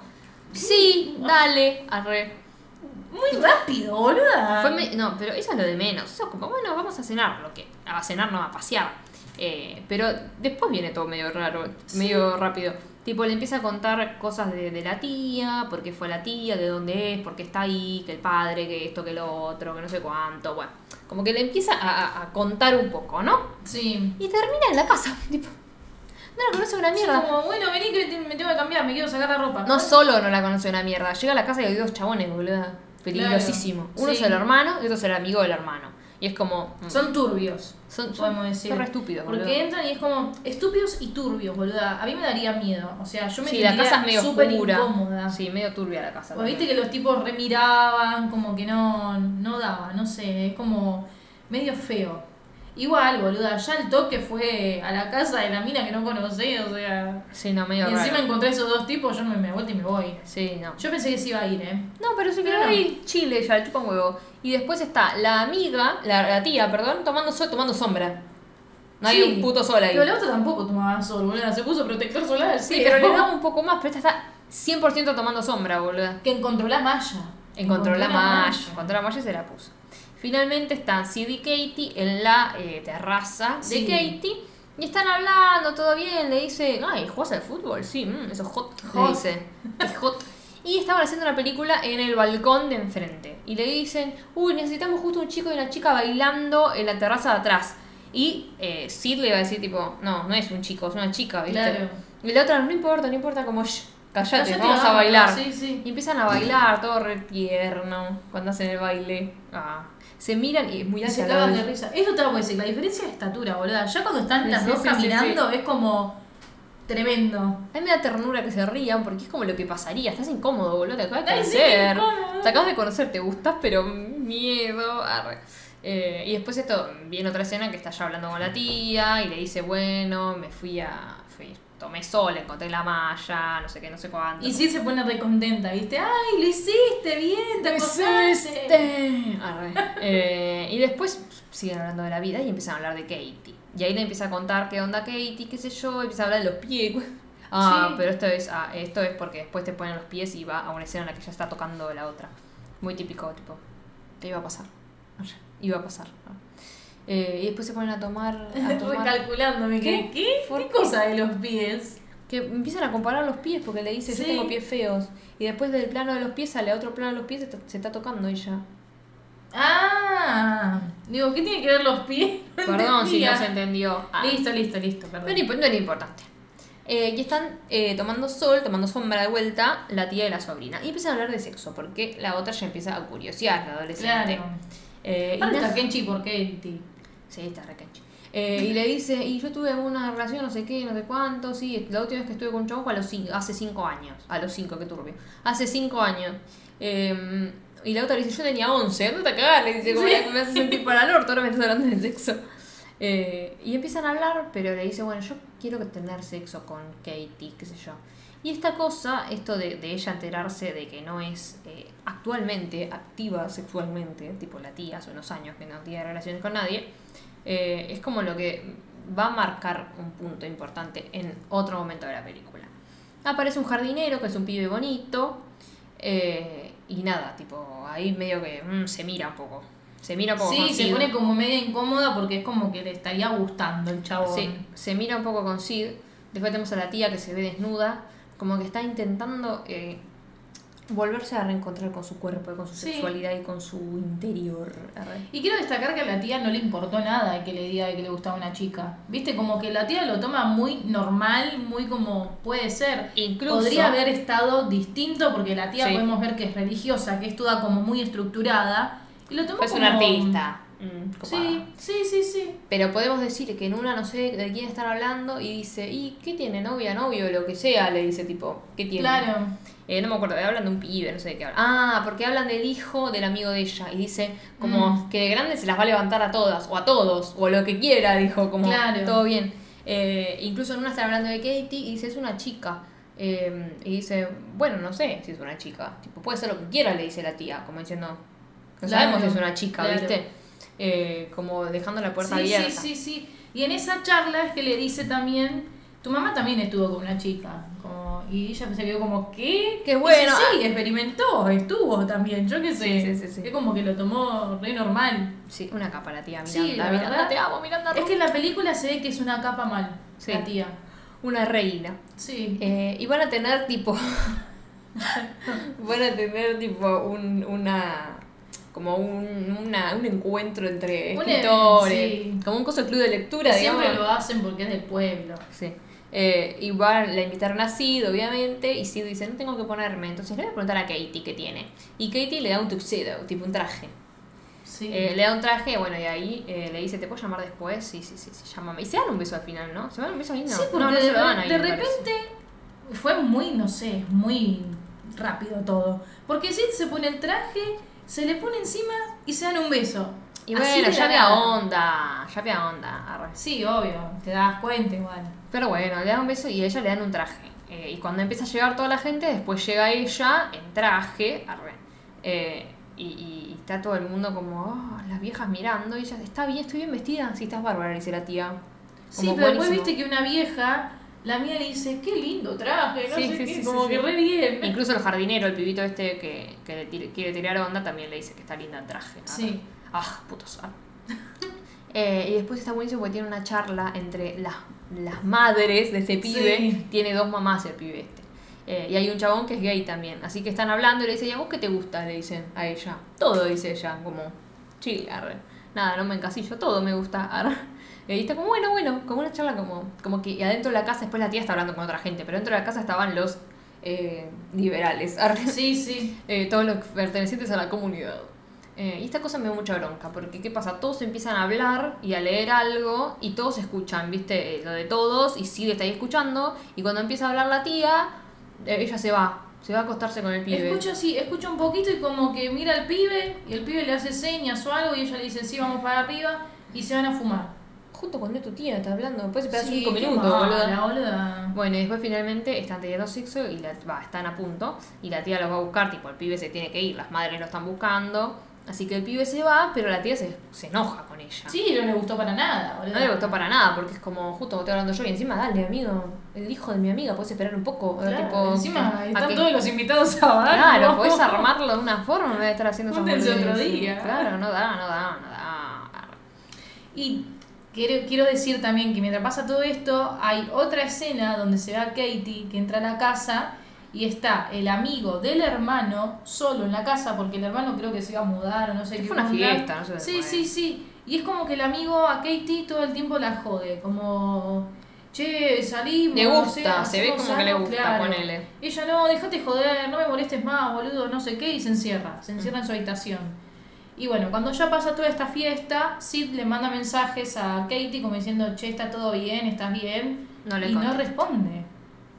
Sí, dale. Arre. Muy rápido, boluda. Fue me- no, pero eso es lo de menos. Eso es como, bueno, vamos a cenar. Lo que a cenar no, a pasear. Eh, pero después viene todo medio raro, medio rápido. Tipo, le empieza a contar cosas de, de la tía, por qué fue la tía, de dónde es, por qué está ahí, que el padre, que esto, que lo otro, que no sé cuánto. Bueno, como que le empieza a, a- a contar un poco, ¿no? Sí. Y termina en la casa. Tipo, no la conoce una Sí, mierda. como, bueno, vení que te- me tengo que cambiar, me quiero sacar la ropa. No solo no la conoce una mierda, llega a la casa y hay dos chabones, boluda. Peligrosísimo. Claro, Uno sí. es el hermano y otro es el amigo del hermano. Y es como. mm, Son turbios. son, son, podemos decir. son re estúpidos, boludo. Porque entran y es como estúpidos y turbios, boluda. A mí me daría miedo. O sea, yo me Sí, la sentiría casa es medio súper oscura. incómoda. Sí, medio turbia la casa. Porque viste también. que los tipos remiraban, como que no, no daba, no sé, es como medio feo. Igual, boluda, ya el toque fue a la casa de la mina que no conocí, o sea. Sí, no, Y medio encima raro. encontré esos dos tipos, yo me, me vuelto y me voy. Sí, no. Yo pensé que se iba a ir, ¿eh? No, pero se Pero quedó no. ahí chile ya, el chupa un huevo. Y después está la amiga, la, la tía, perdón, tomando sol, tomando sombra. No hay Sí, un puto sol ahí. Pero la otra tampoco tomaba sol, boluda, se puso protector solar. Sí, pero le daba un poco más, pero esta está cien por ciento tomando sombra, boluda. Que encontró la malla. Encontró la malla, encontró la malla y se la puso. Finalmente están Sid y Katie en la eh, terraza Sí. de Katie y están hablando, todo bien. Le dice, ay, ¿jugás al fútbol? Sí, mm, eso es hot. Le Hot. dice, es hot. Y estaban haciendo una película en el balcón de enfrente. Y le dicen, uy, necesitamos justo un chico y una chica bailando en la terraza de atrás. Y eh, Sid le va a decir, tipo, no, no es un chico, es una chica, ¿viste? Claro. Y la otra, no importa, no importa, como, shh, callate, Cállate, vamos a vamos, bailar. sí, sí. Y empiezan a bailar, todo re tierno, cuando hacen el baile. Ah. Se miran y es muy Y se alta cagan la- de risa. Eso te lo puedo decir, la diferencia de estatura, boluda. Ya cuando están las Sí, dos sí, sí, caminando es como tremendo. A mí me da ternura que se rían porque es como lo que pasaría. Estás incómodo, boludo. Te acabas de Ay, sí, conocer. incómodo. Te acabas de conocer, te gustas, pero miedo. Arre. Eh, y después esto, viene otra escena que está ya hablando con la tía y le dice, bueno, me fui a... Fui, tomé sol, encontré la malla, no sé qué, no sé cuánto. Y sí se pone re contenta, ¿viste? ¡Ay, lo hiciste bien! ¡Te acordaste! Arre. Eh, y después siguen hablando de la vida y empiezan a hablar de Katie. Y ahí le empieza a contar qué onda Katie, qué sé yo, y empieza a hablar de los pies. Ah, Sí. pero esto es, ah, esto es porque después te ponen los pies y va a una escena en la que ya está tocando la otra. Muy típico, tipo, te iba a pasar. Arre, iba a pasar. ¿no? Eh, y después se ponen a tomar... A tomar Recalculando, me ¿Qué? quedé, ¿Qué? ¿Por ¿Qué qué? cosa de los pies? que empiezan a comparar los pies porque le dice, Sí. yo tengo pies feos. Y después del plano de los pies sale a otro plano de los pies y se está, se está tocando ella. Ah, digo, ¿qué tiene que ver los pies? No Perdón si entendía. no se entendió. Ah. Listo, listo, listo, perdón. Pero no imp- no era importante. Eh, y están eh, tomando sol, tomando sombra de vuelta, la tía y la sobrina. Y empiezan a hablar de sexo, porque la otra ya empieza a curiosear, la adolescente. Claro. Eh, y Ahora na- está Kenchi por Katie. Sí, está re canchi. Eh, y le dice, y yo tuve una relación no sé qué, no sé cuánto, sí, la última vez que estuve con un chavo fue a los cinco, hace cinco años. A los cinco, qué turbio. Hace cinco años. Eh, y la otra le dice, yo tenía once, ¿dónde te cagás? Le dice, como Sí. me hace sentir para el orto, ahora me estás hablando de sexo. Eh, y empiezan a hablar, pero le dice, bueno, yo quiero que tener sexo con Katie, qué sé yo. Y esta cosa, esto de, de ella enterarse de que no es eh, actualmente activa sexualmente, tipo la tía hace unos años que no tiene relaciones con nadie, eh, es como lo que va a marcar un punto importante en otro momento de la película. Aparece un jardinero que es un pibe bonito, eh, y nada, tipo, ahí medio que mm, se mira un poco. Se mira un poco con Sí, se Sid. pone como media incómoda porque es como que le estaría gustando el chabón. Sí, se mira un poco con Sid. Después tenemos a la tía que se ve desnuda, como que está intentando eh, volverse a reencontrar con su cuerpo, y con su Sí. sexualidad y con su interior. Arre. Y quiero destacar que a la tía no le importó nada que le diga que le gustaba una chica. Viste, como que la tía lo toma muy normal, muy como puede ser. Incluso- Podría haber estado distinto porque la tía Sí. podemos ver que es religiosa, que es toda como muy estructurada. Y lo tomó Es como... un artista. Mm, copada. Sí, sí, sí, sí. Pero podemos decir que en una no sé de quién están hablando y dice, ¿y qué tiene? ¿Novia, novio? Lo que sea, le dice tipo, ¿qué tiene? Claro. Eh, no me acuerdo, hablan de un pibe, no sé de qué hablan. Ah, porque hablan del hijo del amigo de ella. Y dice, como Mm. que de grande se las va a levantar a todas, o a todos, o lo que quiera, dijo, como Claro. todo bien. Eh, incluso en una están hablando de Katie y dice, es una chica. Eh, y dice, bueno, no sé si es una chica. Tipo, puede ser lo que quiera, le dice la tía, como diciendo, no Claro, sabemos si es una chica, claro. ¿viste? Eh, como dejando la puerta Sí, abierta. sí, sí, sí. Y en esa charla es que le dice también, tu mamá también estuvo con una chica. Como, y ella se quedó como, ¿qué? Qué Y bueno. dice, sí, experimentó, estuvo también, yo qué sé. Sí, sí, sí, sí. Es como que lo tomó re normal. Sí, una capa la tía Miranda. Sí, la Miranda, verdad. te amo, Miranda. Es que en la película se ve que es una capa mal, Sí. la tía. Una reina. Sí. Eh, y van a tener tipo. van a tener tipo un, una. Como un, una, un encuentro entre Un e- escritores. sí. Como un coso de club de lectura, Siempre digamos. lo hacen porque es del pueblo. Sí. Eh, y van, la invitaron a Sid, obviamente, y Sid dice, no tengo que ponerme. Entonces le voy a preguntar a Katie qué tiene. Y Katie le da un tuxedo, tipo un traje. Sí. Eh, le da un traje, bueno, y ahí eh, le dice, ¿te puedo llamar después? Sí, sí, sí, sí, llámame. Y se dan un beso al final, ¿no? ¿Se dan un beso ahí? No, Sí, porque no, no de, se lo dan ahí. de me parece. repente fue muy, no sé, muy rápido todo. Porque Sid se pone el traje, se le pone encima y se dan un beso. Y Así bueno, de ya la había nada. onda, ya había onda. Arre. Sí, obvio, te das cuenta igual. Pero bueno, le dan un beso y a ella le dan un traje. Eh, y cuando empieza a llegar toda la gente, después llega ella en traje. Arre. Eh, y, y- y está todo el mundo como, oh, las viejas mirando. Y ella, está bien, estoy bien vestida. Sí, estás bárbara, dice la tía. Sí, Como pero después buenísimo. viste que una vieja, la mía le dice, qué lindo traje, no Sí, sé sí, qué, sí, como sí, que sí. re bien. Incluso el jardinero, el pibito este que, que le tire- quiere tirar onda, también le dice que está linda en traje. Arre. Sí. Ah, putos. Ah. Eh, y después está buenísimo porque tiene una charla entre las, las madres de este pibe. Sí. Tiene dos mamás el pibe este. Eh, y hay un chabón que es gay también. Así que están hablando y le dice, ¿y a vos qué te gusta? Le dicen a ella. Todo dice ella, como chill, arre. nada, no me encasillo, todo me gusta. Y está como, bueno, bueno, como una charla como, como que y adentro de la casa, después la tía está hablando con otra gente, pero dentro de la casa estaban los eh, liberales, Sí, sí. eh, todos los pertenecientes a la comunidad. Eh, y esta cosa me da mucha bronca, porque ¿qué pasa? Todos empiezan a hablar y a leer algo y todos escuchan, ¿viste? Eh, lo de todos y Sid está ahí escuchando y cuando empieza a hablar la tía, eh, ella se va, se va a acostarse con el pibe. Escucha así, escucha un poquito y como que mira al pibe y el pibe le hace señas o algo y ella le dice sí, vamos para arriba y se van a fumar. Justo cuando tu tía está hablando, después esperar Sí, cinco qué minutos, mala, boluda. boluda. Bueno, y después finalmente están teniendo sexo y la, va, están a punto y la tía los va a buscar, tipo el pibe se tiene que ir, las madres lo están buscando, así que el pibe se va, pero la tía se, se enoja con ella. Sí, no le gustó para nada, boluda. No le gustó para nada, porque es como justo estoy hablando yo y encima dale, amigo, el hijo de mi amiga, puedes esperar un poco. Claro, tipo, encima a están que- todos los invitados a bar. Claro, ¿no? podés armarlo de una forma en vez de estar haciendo esas Júntense otro boludeces. día. Claro, no da, no da, no da. Y quiero, quiero decir también que mientras pasa todo esto, hay otra escena donde se ve a Katie que entra a la casa y está el amigo del hermano solo en la casa porque el hermano creo que se iba a mudar o no sé Que qué. fue una onda. fiesta, no sé. Sí, sí, sí. Y es como que el amigo a Katie todo el tiempo la jode, como, che, salimos. Le no gusta, sé, se ve hacemos como que le algo, gusta, claro. ponele. Ella, no, déjate joder, no me molestes más, boludo, no sé qué, y se encierra, se encierra en su habitación. Y bueno, cuando ya pasa toda esta fiesta, Sid le manda mensajes a Katie como diciendo, che, está todo bien, estás bien, No le y no contesta. responde.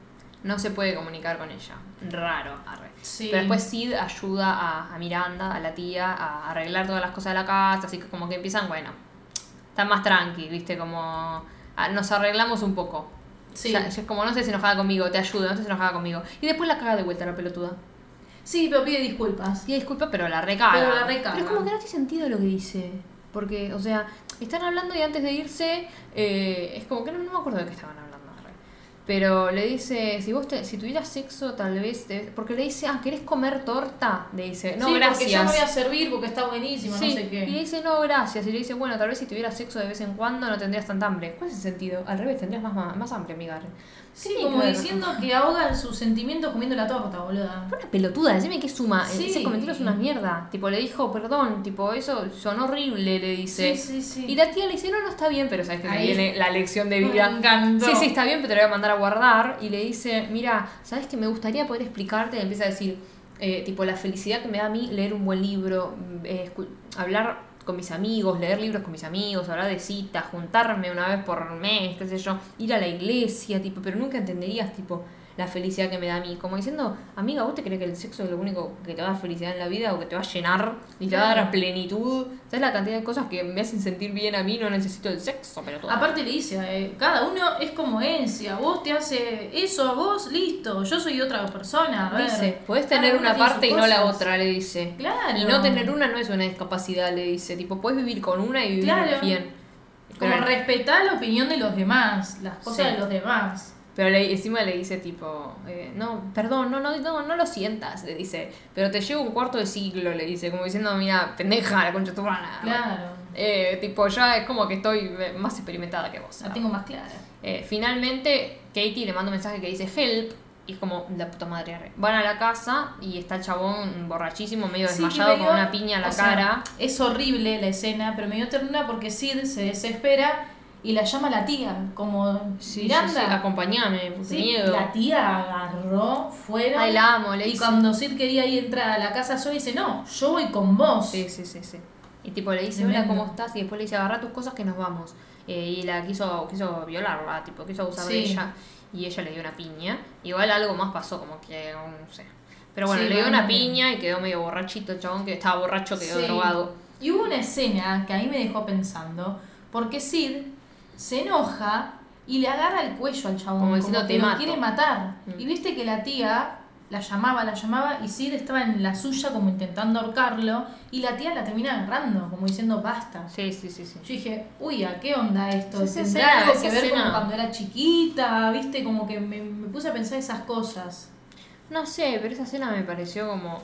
No se puede comunicar con ella. Raro, arre. Sí. Pero después Sid ayuda a, a Miranda, a la tía, a arreglar todas las cosas de la casa, así que como que empiezan, bueno, están más tranqui, ¿viste? Como ah, nos arreglamos un poco. Sí. Ya, ya es como, no estés enojada conmigo, te ayudo, no estés enojada conmigo. Y después la caga de vuelta la pelotuda. Sí, pero pide disculpas. Pide disculpas, pero la recaga. Pero la recaga. Pero es como que no tiene sentido lo que dice. Porque, o sea, están hablando y antes de irse, eh, es como que no, no me acuerdo de qué estaban hablando. arre. Pero le dice, si vos te, si tuvieras sexo, tal vez... Te, porque le dice, ah, ¿querés comer torta? Le dice, no, sí, gracias. porque ya me voy a servir porque está buenísimo, Sí, no sé qué. y le dice, no, gracias. Y le dice, bueno, tal vez si tuvieras sexo de vez en cuando no tendrías tanta hambre. ¿Cuál es el sentido? Al revés, tendrías más, más, más hambre, amiga. Sí, tiene como que ver? diciendo que ahogan sus sentimientos comiendo la torta, boluda. Fue una pelotuda, decime que suma. Sí. Ese comentario es una mierda. Tipo, le dijo, perdón, tipo, eso sonó horrible, le dice. Sí, sí, sí. Y la tía le dice, no, no está bien, pero sabes que se Ahí. viene la lección de vida. Me encantó. Sí, sí, está bien, pero te lo voy a mandar a guardar. Y le dice, mira, ¿sabes que me gustaría poder explicarte? Y empieza a decir, eh, tipo, la felicidad que me da a mí leer un buen libro, eh, escu- hablar con mis amigos, leer libros con mis amigos, hablar de citas, juntarme una vez por mes, qué sé yo, ir a la iglesia, tipo, pero nunca entenderías, tipo, la felicidad que me da a mí. Como diciendo, amiga, ¿vos te crees que el sexo es lo único que te va a dar felicidad en la vida o que te va a llenar y te va a dar a plenitud? ¿Sabes la cantidad de cosas que me hacen sentir bien a mí? No necesito el sexo, pero todo. Aparte le dice, eh, cada uno es como es, si a vos te hace eso, a vos, listo, yo soy otra persona. A ver, Dice, podés cada tener uno una tiene parte y sus no la cosas. otra, le dice. Claro. Y no tener una no es una discapacidad, le dice. Tipo, podés vivir con una y vivir Claro. bien. Como Pero- respetar la opinión de los demás, las cosas Sí. de los demás. Pero le, encima le dice tipo, eh, no, perdón, no, no, no, no lo sientas, le dice, pero te llevo un cuarto de siglo, le dice, como diciendo, mira, pendeja, la concha de tu rana. Claro. Eh, tipo, ya es como que estoy eh, más experimentada que vos. La ¿no? tengo más clara. Eh, finalmente, Katie le manda un mensaje que dice help, y es como, la puta madre, arre. Van a la casa y está el chabón borrachísimo, medio Sí, desmayado, que me con dio- una piña en la o sea, cara. es horrible la escena, pero me dio ternura porque Sid se desespera y la llama a la tía, como Sí, Miranda. sí, sí, acompañame, puto Sí, miedo. la tía agarró, fuera. Ay, la amo, le y dice. cuando Sid quería ir a entrar a la casa sola, dice, no, yo voy con vos. Sí, sí, sí, sí. Y tipo le dice, Tremendo. hola, ¿cómo estás? Y después le dice, agarra tus cosas que nos vamos. Eh, y la quiso, quiso violarla, tipo, quiso abusar de Sí. ella. Y ella le dio una piña. Igual algo más pasó, como que, no sé. Pero bueno, Sí, le dio bueno. una piña y quedó medio borrachito el chabón, que estaba borracho, quedó Sí. drogado. Y hubo una escena que a mí me dejó pensando, porque Sid se enoja y le agarra el cuello al chabón, Como diciendo, que "Te lo mato". quiere matar. Mm. Y viste que la tía la llamaba, la llamaba, y Sid estaba en la suya como intentando ahorcarlo, y la tía la termina agarrando, como diciendo, basta. Sí, sí, sí, sí. Yo dije, uy, ¿a qué onda esto? Esa ¿Tendrá escena- algo esa que ver escena- con cuando era chiquita? ¿Viste? Como que me, me puse a pensar esas cosas. No sé, pero esa escena me pareció como...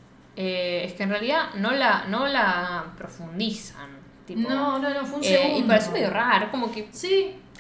eh, es que en realidad no la, no la profundizan. Tipo, No, no, no, fue un eh, segundo. y pareció medio raro, como que... Sí,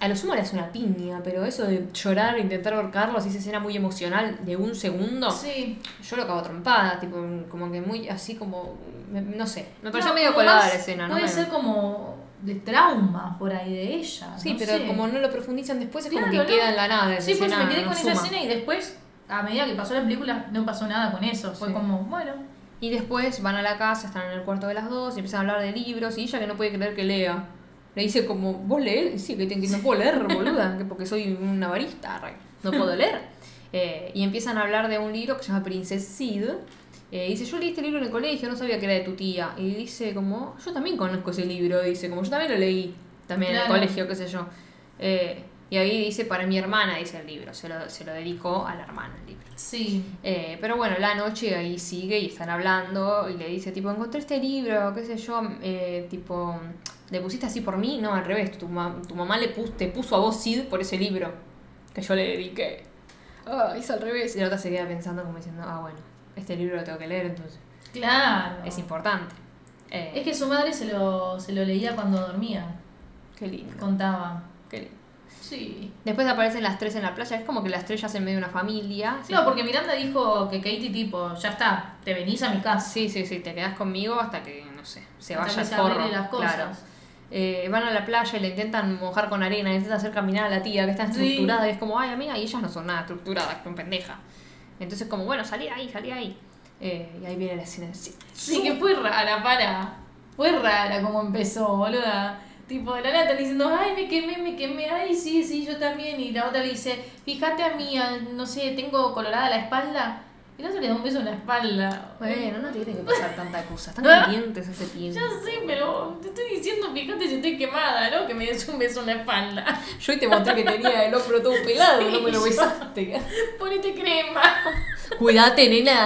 A lo sumo le hace una piña, pero eso de llorar, intentar ahorcarlo, así esa escena muy emocional de un segundo, Sí. yo lo cago trompada, tipo, como que muy así como, me- no sé, me pareció No, medio como colgada más la escena, ¿no? Puede Me- ser como de trauma por ahí de ella. Sí, no pero sé. como no lo profundizan después, es Claro, como que ¿no? queda en la nada. Esa Sí, pues escena me quedé no con esa suma. escena y después, a medida que pasó la película, no pasó nada con eso. Fue Sí. como, bueno. Y después van a la casa, están en el cuarto de las dos y empiezan a hablar de libros y ella que no puede creer que lea. Le dice como, ¿vos lees? Y sí, que, te- que no puedo leer, boluda, que porque soy una barista, re, no puedo leer. Eh, y empiezan a hablar de un libro que se llama Princess Sid. Eh, dice, yo leí este libro en el colegio, no sabía que era de tu tía. Y dice como, yo también conozco ese libro, dice, como yo también lo leí, también en Claro. el colegio, qué sé yo. Eh, y ahí dice, para mi hermana, dice el libro, se lo, se lo dedicó a la hermana el libro. Sí. Eh, pero bueno, la noche ahí sigue y están hablando y le dice, tipo, encontré este libro, qué sé yo, eh, tipo, ¿le pusiste así por mí? No, al revés, tu, ma- tu mamá le pus- te puso a vos Sid por ese libro que yo le dediqué. Ah, es al revés. Y la otra se queda pensando como diciendo, ah, bueno, este libro lo tengo que leer, entonces Claro. es importante. Eh, Es que su madre se lo, se lo leía cuando dormía. Qué lindo, Contaba. qué lindo. Sí. Después aparecen las tres en la playa, es como que las tres ya hacen medio una familia. Claro, porque Miranda dijo que Katie, tipo, ya está, te venís a mi casa. Sí, sí, sí, te quedás conmigo hasta que, no sé, se Hasta vaya que el se forro. arregle las cosas. Claro. Eh, van a la playa y le intentan mojar con arena, le intentan hacer caminar a la tía que está Sí. estructurada y es como, ay amiga, y ellas no son nada estructuradas, son pendeja. Entonces como, bueno, salí ahí, salí ahí. Eh, y ahí viene la escena. Sí, Sí, que fue rara, para. Fue rara como empezó, boluda. Tipo, de la nata diciendo, ay, me quemé, me quemé, ay, sí, sí, yo también. Y la otra le dice, fíjate a mí, a- no sé, tengo colorada la espalda. Y la otra le da un beso en la espalda. Bueno, no tiene que pasar tanta cosa, están calientes hace tiempo. Ya sé, pero te estoy diciendo, fíjate si estoy quemada, ¿no? Que me des un beso en la espalda. Yo hoy te mostré que tenía el hombro todo pelado, no me lo besaste. Ponete crema. Cuídate, nena.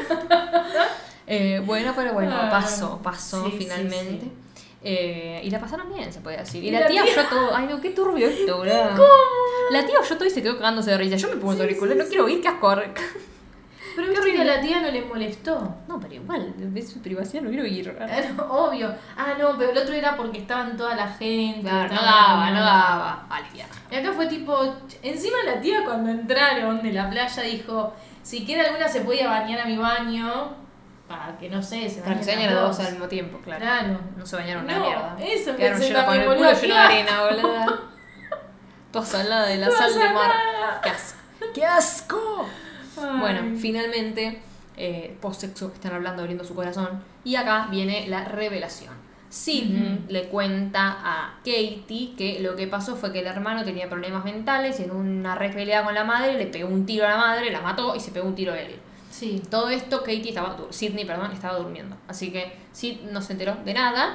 Eh, bueno, pero bueno, Ah, pasó, pasó sí, sí, finalmente. sí. Eh, y la pasaron bien, se puede decir. Y, Y la, la tía, tía- oyó todo. Ay, no, qué turbio esto, boludo. ¿Cómo? La tía oyó todo y se quedó cagándose de risa. Yo me pongo Sí, auriculares, sí, no quiero oír, qué asco. Pero viste que a la tía no le molestó. No, pero igual, de su privacidad no quiero oír. Claro, obvio. Ah, no, pero el otro era porque estaban toda la gente. Claro, no estaban- daba, no daba. Vale, ya. Y acá fue tipo, encima la tía cuando entraron de la playa dijo, si quiere alguna se podía bañar a mi baño, para que no sé, se Para que bañen se bañen las las dos dos. al mismo tiempo, claro. Claro. No se bañaron una No, mierda. eso Quedaron pensé llenos con el también, culo boludo, lleno de arena, boludo. Toda salada de la Toda sal de mar. salada. ¡Qué asco! ¡Qué asco! Ay. Bueno, finalmente, eh, post-sexo, están hablando, abriendo su corazón. Y acá viene la revelación. Sidney Ujú. le cuenta a Katie que lo que pasó fue que el hermano tenía problemas mentales y en una re pelea con la madre le pegó un tiro a la madre, la mató y se pegó un tiro a él. Sí. Todo esto Katie estaba, dur- Sidney, perdón, estaba durmiendo. Así que Sid no se enteró de nada.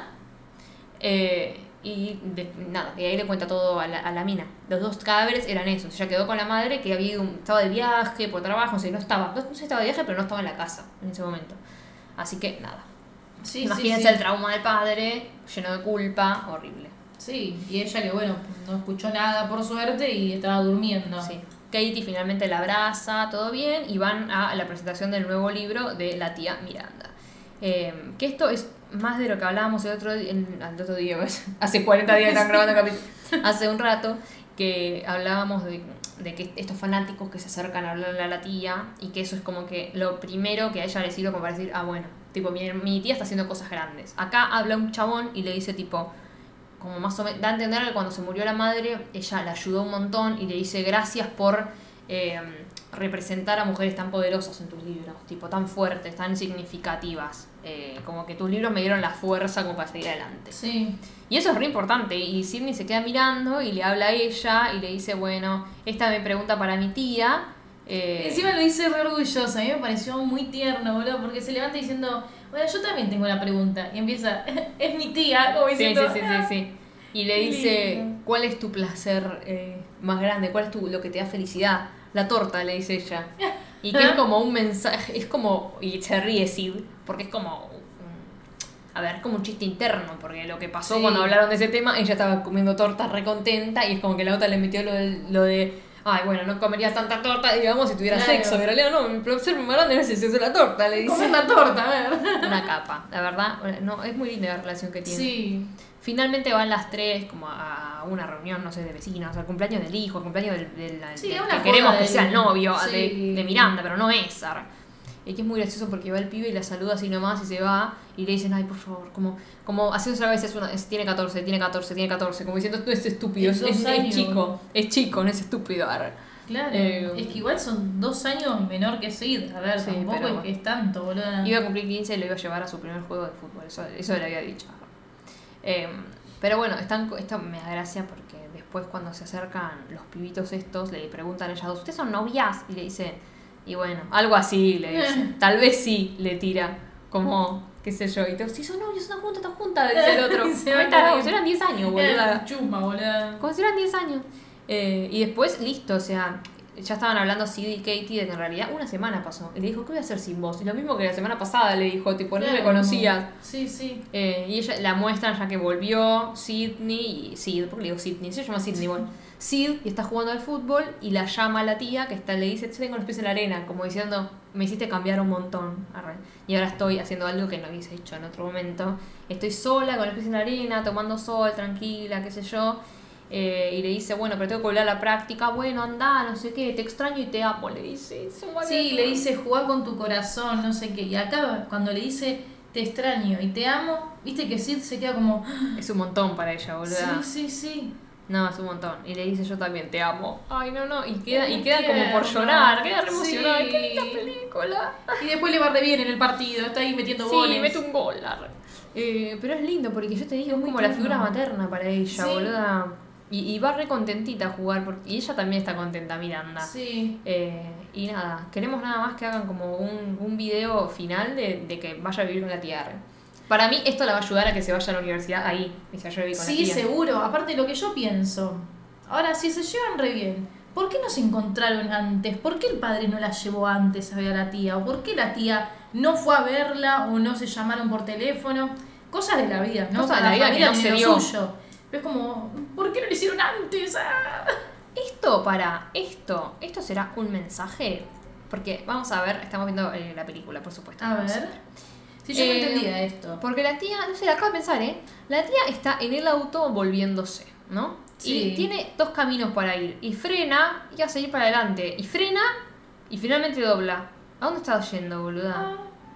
Eh, y de, nada, y ahí le cuenta todo a la, a la mina. Los dos cadáveres eran esos. Ella quedó con la madre que había ido, un- estaba de viaje por trabajo, o sea, no estaba, no, no sé si estaba de viaje, pero no estaba en la casa en ese momento. Así que nada. Sí, Imagínense sí, sí. el trauma del padre, lleno de culpa, horrible. Sí, y ella que bueno, no escuchó nada por suerte y estaba durmiendo. Sí. Katie finalmente la abraza, todo bien, y van a la presentación del nuevo libro de la tía Miranda. Eh, que esto es más de lo que hablábamos el otro, di- en- el otro día, pues, hace cuarenta días que están grabando el capítulo, hace un rato, que hablábamos de, de que estos fanáticos que se acercan a hablarle a la tía, y que eso es como que lo primero que a ella le sirve como para decir, ah, bueno, tipo, mi, mi tía está haciendo cosas grandes. Acá habla un chabón y le dice, tipo, como más o menos, da a entender que cuando se murió la madre, ella la ayudó un montón y le dice gracias por eh, representar a mujeres tan poderosas en tus libros, tipo tan fuertes, tan significativas, eh, como que tus libros me dieron la fuerza como para seguir adelante. Sí. Y eso es re importante, y Sidney se queda mirando y le habla a ella y le dice, bueno, esta me pregunta para mi tía. Eh, Encima lo hice re orgullosa, a mí me pareció muy tierno, boludo, porque se levanta diciendo, bueno, yo también tengo la pregunta. Y empieza, es mi tía, como Sí, sí, diciendo, sí, sí, sí. Y le Qué dice, lindo. ¿cuál es tu placer eh, más grande? ¿Cuál es tu, lo que te da felicidad? La torta, le dice ella. Y que es como un mensaje, es como, y se ríe Sid, porque es como, mm, a ver, es como un chiste interno, porque lo que pasó Sí. cuando hablaron de ese tema, ella estaba comiendo torta re contenta y es como que la otra le metió lo de, lo de ay, bueno, no comerías tanta torta, digamos, si tuvieras Claro. sexo. En realidad, no, mi placer más grande no es el sexo de la torta, le dice. comer la torta, a ver. Una capa, la verdad, no, es muy linda la relación que tiene. Sí. Finalmente van las tres como a una reunión, no sé, de vecinos, al cumpleaños del hijo, al cumpleaños del, del, Sí, del- una que joda queremos que del- sea el novio sí. de, de Miranda, pero no es. arre. Y que es muy gracioso porque va el pibe y la saluda así nomás y se va y le dicen, ay, por favor, como, como haciéndose a veces una, es- tiene catorce, tiene catorce, tiene catorce, como diciendo, no es estúpido, Es es, dos es- es años. chico, es chico, no es estúpido. arre. Claro, Eh, es que igual son dos años menor que Sid. A ver, Sí, tampoco pero es bueno. que es tanto, boludo. Iba a cumplir quince y lo iba a llevar a su primer juego de fútbol, eso, eso le había dicho. Eh, pero bueno, están, esto me da gracia porque después cuando se acercan los pibitos estos, le preguntan a ellas dos, ¿ustedes son novias? Y le dicen, y bueno, algo así le dice, tal vez sí, le tira, como, qué sé yo, y todos, sí, son novios, están juntas, están juntas, le dice el otro. Se Como va esta, como corriendo. si eran diez años, Era boluda. chuma, boludo. Como si eran diez años. Eh, y después, listo, o sea, ya estaban hablando Sid y Katie de que en realidad una semana pasó. Y le dijo, ¿qué voy a hacer sin vos? Y lo mismo que la semana pasada le dijo, tipo, no me Claro. conocías. Sí, sí. Eh, y ella la muestran ya que volvió Sidney y Sid, ¿por qué le digo Sidney? Se llama Sidney, bueno. Sid y está jugando al fútbol y la llama a la tía que está, le dice, estoy con los pies en la arena, como diciendo, me hiciste cambiar un montón. Arre. Y ahora estoy haciendo algo que no hubiese hecho en otro momento. Estoy sola con los pies en la arena, tomando sol, tranquila, qué sé yo. Eh, y le dice, bueno, pero tengo que volver a la práctica. Bueno, anda, no sé qué, te extraño y te amo, le dice. Es un mal Sí, gato. le dice jugar con tu corazón, no sé qué. Y acá cuando le dice te extraño y te amo, viste que Sid se queda como... Es un montón para ella, boluda. Sí, sí, sí. No, es un montón. Y le dice, yo también te amo. Ay, no, no. Y queda, y Qué queda como por tierno. llorar. Queda re emocionada. Sí. Qué linda película. Y después le va re bien en el partido, está ahí metiendo Sí, goles. mete un gol. arre. Eh, pero es lindo porque yo te digo, Es es muy como la tierno. figura materna para ella, Sí. boluda. Y, y va re contentita a jugar. Porque, y ella también está contenta, Miranda. Sí. Eh, y nada, queremos nada más que hagan como un, un video final de, de que vaya a vivir con la tía. arre. Para mí esto la va a ayudar a que se vaya a la universidad ahí y se vaya a vivir con Sí, la tía. seguro. Aparte lo que yo pienso. Ahora, si se llevan re bien, ¿por qué no se encontraron antes? ¿Por qué el padre no la llevó antes a ver a la tía? ¿O por qué la tía no fue a verla o no se llamaron por teléfono? Cosas de la vida, ¿no? Cosas de Cada la vida familia que no tiene se lo dio. suyo. Pero es como, ¿por qué no lo hicieron antes? Ah. Esto, para, esto, esto será un mensaje. Porque vamos a ver, estamos viendo eh, la película, por supuesto. A Vamos ver. Si yo no Eh, entendía esto. Porque la tía, no sé, la acabo de pensar, ¿eh? La tía está en el auto volviéndose, ¿no? Sí. Y tiene dos caminos para ir. Y frena y hace ir para adelante. Y frena y finalmente dobla. ¿A dónde está yendo, boluda? Ah,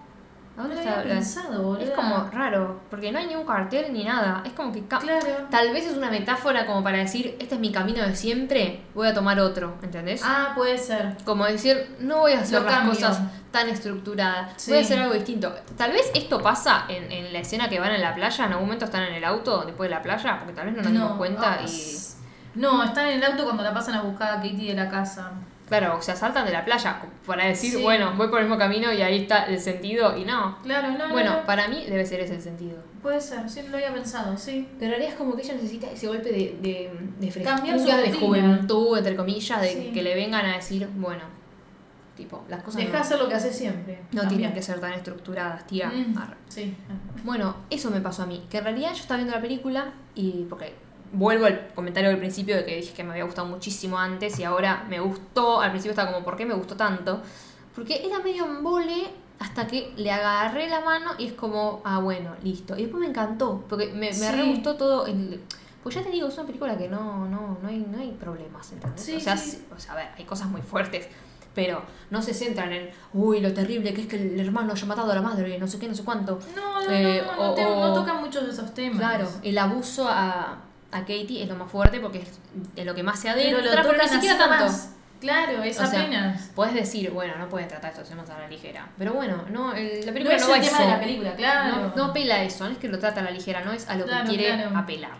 ¿A no dónde lo está había pensado, boluda. Es como raro, porque no hay ni un cartel ni nada. Es como que... ca- Claro. Tal vez es una metáfora como para decir, este es mi camino de siempre, voy a tomar otro, ¿entendés? Ah, puede ser. Como decir, no voy a hacer Lo las cambio. cosas tan estructuradas, Sí. voy a hacer algo distinto. Tal vez esto pasa en, en la escena que van en la playa, en algún momento están en el auto después de la playa, porque tal vez no nos dimos cuenta ah, y... s- No, están en el auto cuando la pasan a buscar a Katie de la casa. Claro, o sea, saltan de la playa para decir, Sí. bueno, voy por el mismo camino y ahí está el sentido, y no. Claro, no, no, Bueno, no. para mí debe ser ese el sentido. Puede ser, sí lo había pensado, sí. Pero en realidad es como que ella necesita ese golpe de, de, de Cambiar su frescura, de rutina. juventud, entre comillas, de Sí. que le vengan a decir, bueno, tipo, las cosas Deja no, hacer lo que hace siempre. no También. tienen que ser tan estructuradas, tía. Mm, Arre. sí. Bueno, eso me pasó a mí. Que en realidad yo estaba viendo la película y porque vuelvo al comentario del principio de que dije que me había gustado muchísimo antes y ahora me gustó. Al principio estaba como, ¿por qué me gustó tanto? Porque era medio embole hasta que le agarré la mano y es como, ah, bueno, listo. Y después me encantó, porque me, me Sí. re gustó todo el... Pues ya te digo, es una película que no, no, no, hay, no hay problemas, ¿entendés? Sí, o, sea, sí. sí, o sea, a ver, hay cosas muy fuertes, pero no se centran en, uy, lo terrible que es que el hermano haya matado a la madre, no sé qué, no sé cuánto. No, no, Eh, no, no, no, o- te- o- no tocan muchos de esos temas. Claro, el abuso a, a Katie es lo más fuerte porque es en lo que más se Pero adentra, lo pero, tocan ni siquiera así tanto. nomás. Claro, es O sea, apenas. Podés decir, bueno, no pueden tratar estos temas a la ligera. Pero bueno, no, el- la No película es no, va el a tema eso. de la película, claro. No, no apela a eso, no es que lo trata a la ligera, no es a lo Claro, que quiere claro. apelar.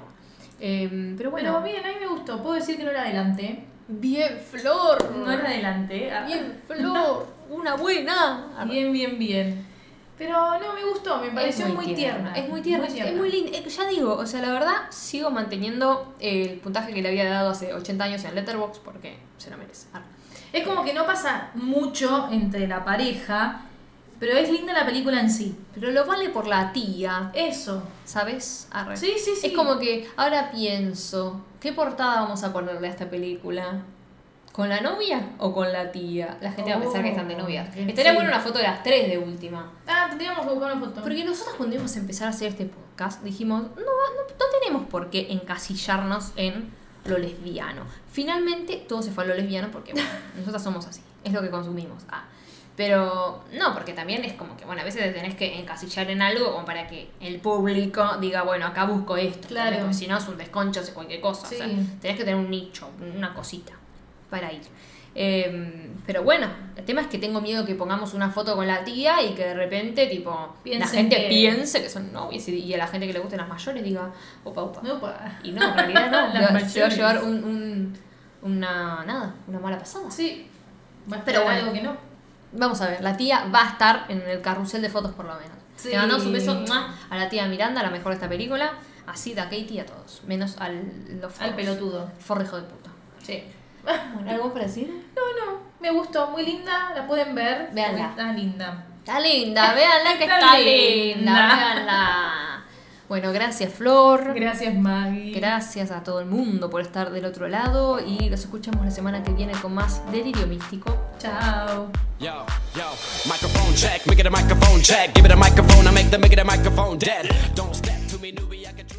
Em, pero bueno, Pero bien, a mí me gustó. Puedo decir que no era adelante. bien, Flor. No era adelante. Ah. Bien, Flor. Una buena. Bien, bien, bien. Pero no, me gustó, me pareció Es muy, tierna. Es muy tierna, es muy linda. Eh, Ya digo, o sea, la verdad, sigo manteniendo el puntaje que le había dado hace ochenta años en Letterboxd porque se lo merece. Ah. Es como que no pasa mucho entre la pareja, pero es linda la película en sí. Pero lo vale por la tía, Eso. ¿sabes? Arre. Sí, sí, sí. Es como que ahora pienso, ¿qué portada vamos a ponerle a esta película? ¿Con la novia o con la tía? La gente va a pensar que están de novias. Oh, Estaría sí. bueno una foto de las tres de última. Ah, tendríamos que buscar una foto. Porque nosotros cuando íbamos a empezar a hacer este podcast dijimos, no, no, no tenemos por qué encasillarnos en lo lesbiano. Finalmente todo se fue a lo lesbiano porque, bueno, nosotras somos así, es lo que consumimos. Ah, pero no, porque también es como que, bueno, a veces te tenés que encasillar en algo como para que el público diga, bueno, acá busco esto. Claro. Porque si no es un desconcho, es cualquier cosa. Sí. O sea, tenés que tener un nicho, una cosita para ir. Eh, pero bueno, el tema es que tengo miedo que pongamos una foto con la tía y que de repente, tipo, Piensen la gente que- piense que son novios y, y a la gente que le gusten las mayores diga, opa, opa. Opa. Y no, en realidad no, Las se va a mayores. llevar un, un- una, nada, una mala pasada. Sí. Va a Pero esperar bueno. algo que no. Vamos a ver, la tía va a estar en el carrusel de fotos por lo menos. Sí. Le mandamos un beso ¡mua! A la tía Miranda, la mejor de esta película, a Sid, a Katie y a todos, menos al, los Al forros. pelotudo. Forro hijo de puta. Sí. Bueno, ¿algo más para decir? No, no. Me gustó. Muy linda. La pueden ver. Véanla. porque Está linda. Está linda, véanla que Está está linda. linda, véanla. Bueno, gracias Flor. Gracias, Maggie. Gracias a todo el mundo por estar del otro lado y los escuchamos la semana que viene con más Delirio Místico. Chao. Yo, yo, microphone check, make it a microphone check. Give it a microphone, I make the make it a microphone dead. Don't step to me, newbie, I can